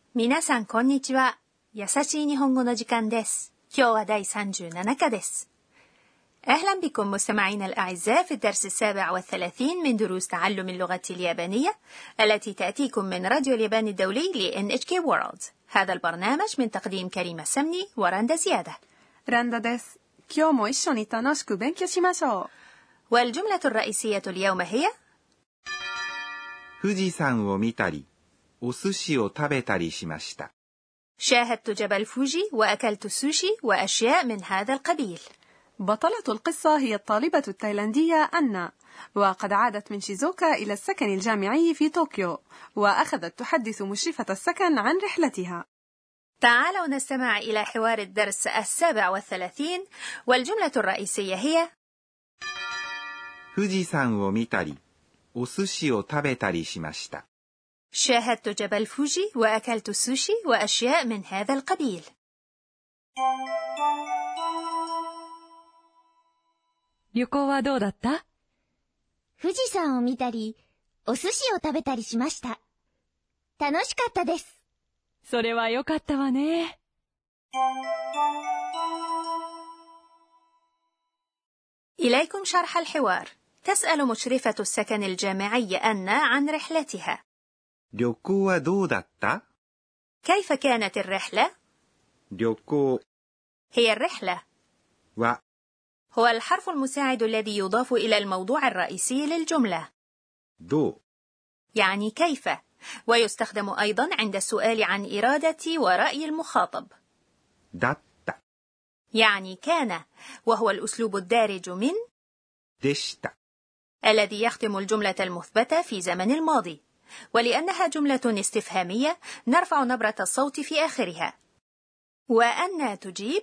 皆さんこんにちは。優しい日本語の時間です。今日は第37課です。أهلا بكم مستمعينا الأعزاء في الدرس 37 من دروس تعلم اللغة اليابانية التي تأتيكم من راديو اليابان الدولي ل NHK World. هذا البرنامج من تقديم كريمة السمني ورندا زيادة. ランダです。今日も一緒に楽しく勉強しましょう。 والجملة الرئيسية اليوم هي 富士山を見たり、お寿司を食べたりしました。 شاهدت جبل فوجي وأكلت السوشي وأشياء من هذا القبيل. بطلة القصة هي الطالبة التايلاندية أنا، وقد عادت من شيزوكا إلى السكن الجامعي في طوكيو، وأخذت تحدث مشرفة السكن عن رحلتها. تعالوا نستمع إلى حوار الدرس 37 والجملة الرئيسية هي 富士山を見たり、お寿司を食べたりしました。 شاهدت جبل فوجي وأكلت السوشي وأشياء من هذا القبيل. 旅行はどうだった？ 富士山を見たり、お寿司を食べたりしました。楽しかったです。 それはよかったわね。 إليكم شرح الحوار. تسأل مشرفة السكن الجامعي أن عن رحلتها. 旅行はどうだった？ كيف كانت الرحلة؟ 旅行 هي الرحلة. は هو الحرف المساعد الذي يضاف إلى الموضوع الرئيسي للجملة. どう يعني كيف، ويستخدم أيضا عند السؤال عن إرادة ورأي المخاطب. だった يعني كان، وهو الأسلوب الدارج من でした。 الذي يختم الجملة المثبتة في زمن الماضي، ولأنها جملة استفهامية نرفع نبرة الصوت في آخرها. وأن تجيب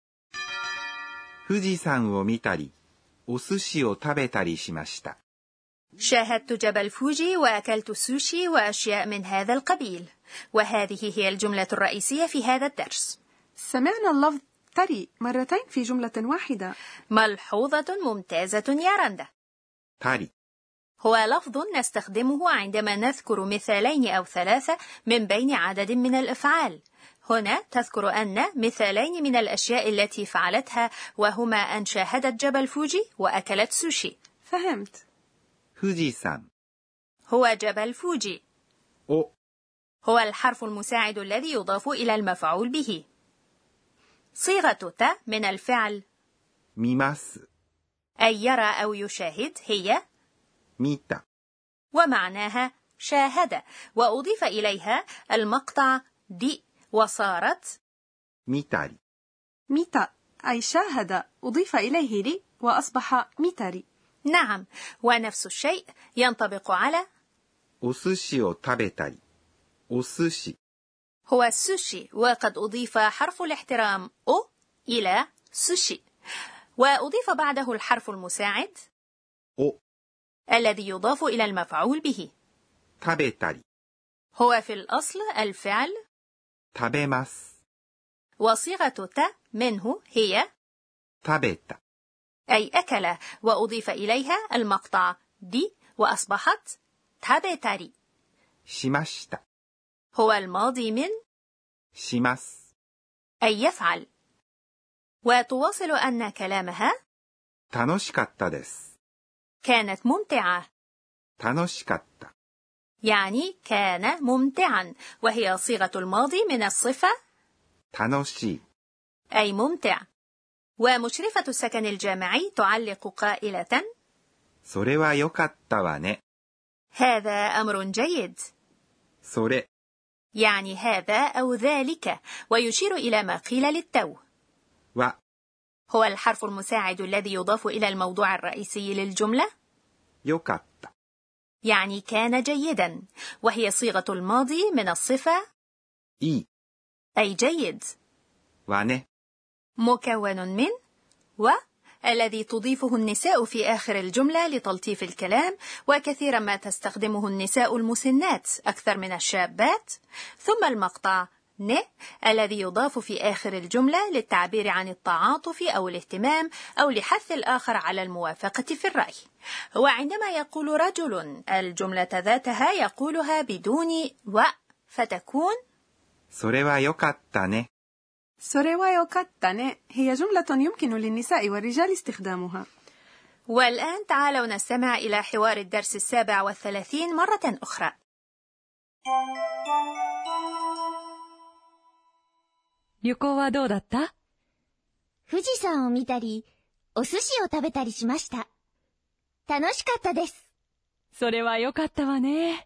富士山を見たり、お寿司を食べたりしました。 شاهدت جبل فوجي وأكلت السوشي وأشياء من هذا القبيل. وهذه هي الجملة الرئيسية في هذا الدرس. سمعنا اللفظ تري مرتين في جملة واحدة. ملحوظة ممتازة يا رندا. たり هو لفظ نستخدمه عندما نذكر مثالين أو ثلاثة من بين عدد من الأفعال. هنا تذكر أن مثالين من الأشياء التي فعلتها، وهما أن شاهدت جبل فوجي وأكلت سوشي. فهمت. 富士山 هو جبل فوجي. を هو الحرف المساعد الذي يضاف إلى المفعول به. صيغة ت من الفعل 見ます。 أي يرى أو يشاهد هي 見た ومعناها شاهد، وأضيف إليها المقطع دي وصارت 見たり ميتا أي شاهد، أضيف إليه ري وأصبح ميتاري. نعم، ونفس الشيء ينطبق على お寿司を食べたり、お寿司 هو السوشي، وقد أضيف حرف الاحترام أو إلى سوشي، وأضيف بعده الحرف المساعد を الذي يضاف إلى المفعول به. 食べたり、 هو في الأصل الفعل 食べます。 وصيغة ت منه هي 食べた أي أكل، وأضيف إليها المقطع دي وأصبحت تابيتاري. しました。 هو الماضي من します。 أي يفعل. وتواصل أن كلامها 楽しかったです。 كانت ممتعة، 楽しかった。 يعني كان ممتعا، وهي صيغة الماضي من الصفة 楽しい。 أي ممتع. ومشرفة السكن الجامعي تعلق قائلة それはよかったわね。 هذا أمر جيد، それ يعني هذا أو ذلك، ويشير إلى ما قيل للتو. は هو الحرف المساعد الذي يضاف إلى الموضوع الرئيسي للجملة، よかった。 يعني كان جيدا، وهي صيغة الماضي من الصفة いい أي جيد، わね。 مكون من و الذي تضيفه النساء في آخر الجملة لتلطيف الكلام، وكثيرا ما تستخدمه النساء المسنات أكثر من الشابات. ثم المقطع ن الذي يضاف في آخر الجملة للتعبير عن التعاطف أو الاهتمام أو لحث الآخر على الموافقة في الرأي. وعندما يقول رجل الجملة ذاتها يقولها بدون و فتكون それはよかったね. سوريوا يوكاتاني هي جملة يمكن للنساء والرجال استخدامها. والآن تعالوا نستمع إلى حوار الدرس 37 مرة أخرى. 旅行はどうだった？ 富士山を見たり、お寿司を食べたりしました。楽しかったです。 それはよかったわね。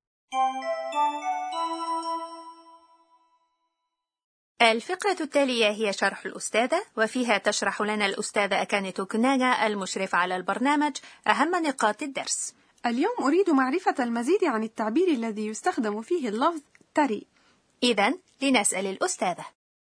الفقرة التالية هي شرح الأستاذة، وفيها تشرح لنا الأستاذة أكاني توكوناغا المشرف على البرنامج أهم نقاط الدرس. اليوم أريد معرفة المزيد عن التعبير الذي يستخدم فيه اللفظ تري. إذن لنسأل الأستاذة.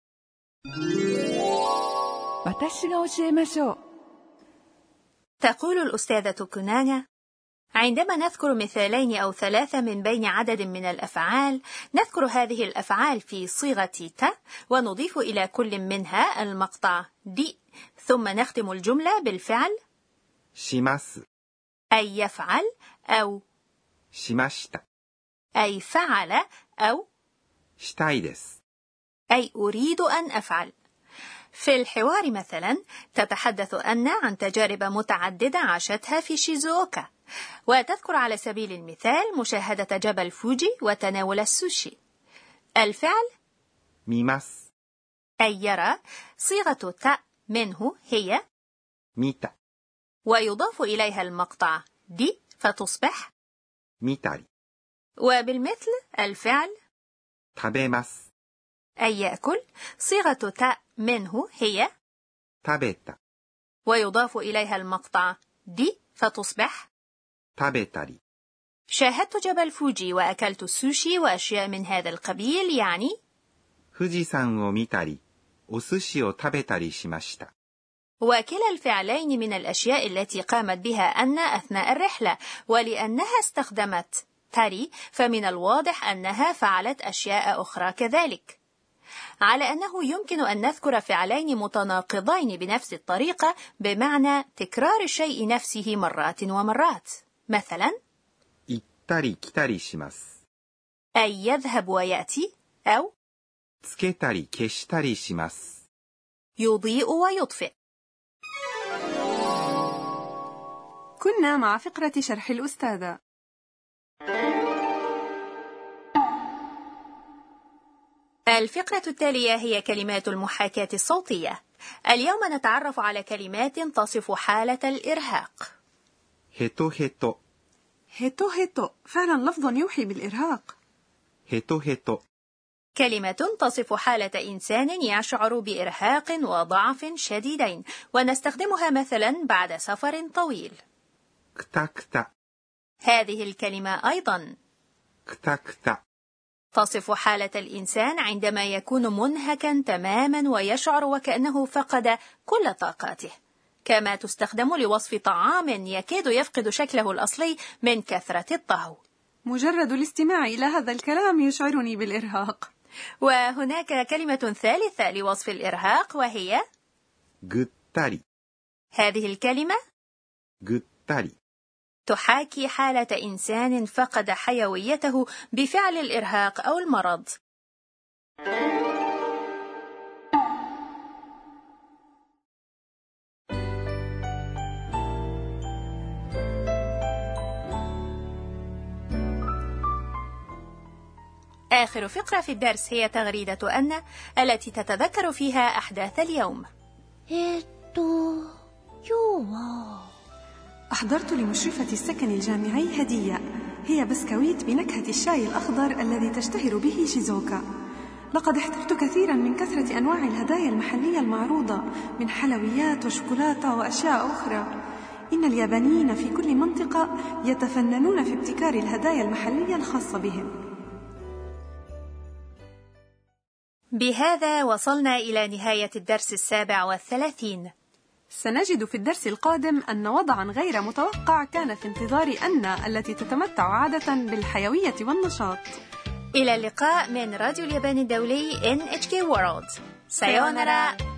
私が教えましょう。 تقول الأستاذة توكوناغا: عندما نذكر مثالين أو ثلاثة من بين عدد من الأفعال، نذكر هذه الأفعال في صيغة تا، ونضيف إلى كل منها المقطع دي، ثم نختم الجملة بالفعل します أي يفعل أو しました أي فعل أو したいです أي أريد أن أفعل. في الحوار مثلا تتحدث أن عن تجارب متعددة عاشتها في شيزوكا، وتذكر على سبيل المثال مشاهدة جبل فوجي وتناول السوشي. الفعل 見ます أي يرى، صيغة تا منه هي 見た ويضاف إليها المقطع دي فتصبح 見たり وبالمثل الفعل 食べます أي يأكل، صيغة تا منه هي 食べた ويضاف إليها المقطع دي فتصبح 食べたり شاهدت جبل فوجي وأكلت السوشي وأشياء من هذا القبيل، يعني 富士山を見たりお寿司を食べたりしました وكلا الفعلين من الأشياء التي قامت بها أن أثناء الرحلة، ولأنها استخدمت تاري فمن الواضح أنها فعلت أشياء أخرى كذلك، على أنه يمكن أن نذكر فعلين متناقضين بنفس الطريقة بمعنى تكرار الشيء نفسه مرات ومرات. مثلا 行ったり来たりします أي يذهب ويأتي، أو つけたり消したりします يضيء ويطفئ. كنا مع فقرة شرح الأستاذة. الفقرة التالية هي كلمات المحاكاة الصوتية. اليوم نتعرف على كلمات تصف حالة الإرهاق. ヘトヘト هيتو هيتو فعلا لفظ يوحي بالإرهاق. ヘトヘト كلمة تصف حالة إنسان يشعر بإرهاق وضعف شديدين، ونستخدمها مثلا بعد سفر طويل. くたくた هذه الكلمة أيضا くたくた تصف حالة الإنسان عندما يكون منهكا تماما ويشعر وكأنه فقد كل طاقاته، كما تستخدم لوصف طعام يكاد يفقد شكله الأصلي من كثرة الطهو. مجرد الاستماع إلى هذا الكلام يشعرني بالإرهاق. وهناك كلمة ثالثة لوصف الإرهاق وهي ぐったり هذه الكلمة ぐったり تحاكي حالة إنسان فقد حيويته بفعل الإرهاق أو المرض. آخر فقرة في الدرس هي تغريدة أن التي تتذكر فيها أحداث اليوم. أحضرت لمشرفة السكن الجامعي هدية، هي بسكويت بنكهة الشاي الأخضر الذي تشتهر به شيزوكا. لقد احترت كثيرا من كثرة أنواع الهدايا المحلية المعروضة من حلويات وشوكولاتة وأشياء أخرى. إن اليابانيين في كل منطقة يتفننون في ابتكار الهدايا المحلية الخاصة بهم. بهذا وصلنا إلى نهاية الدرس 37. سنجد في الدرس القادم أن وضعا غير متوقع كان في انتظار أن التي تتمتع عادة بالحيوية والنشاط. إلى اللقاء من راديو اليابان الدولي NHK World. سايونارا.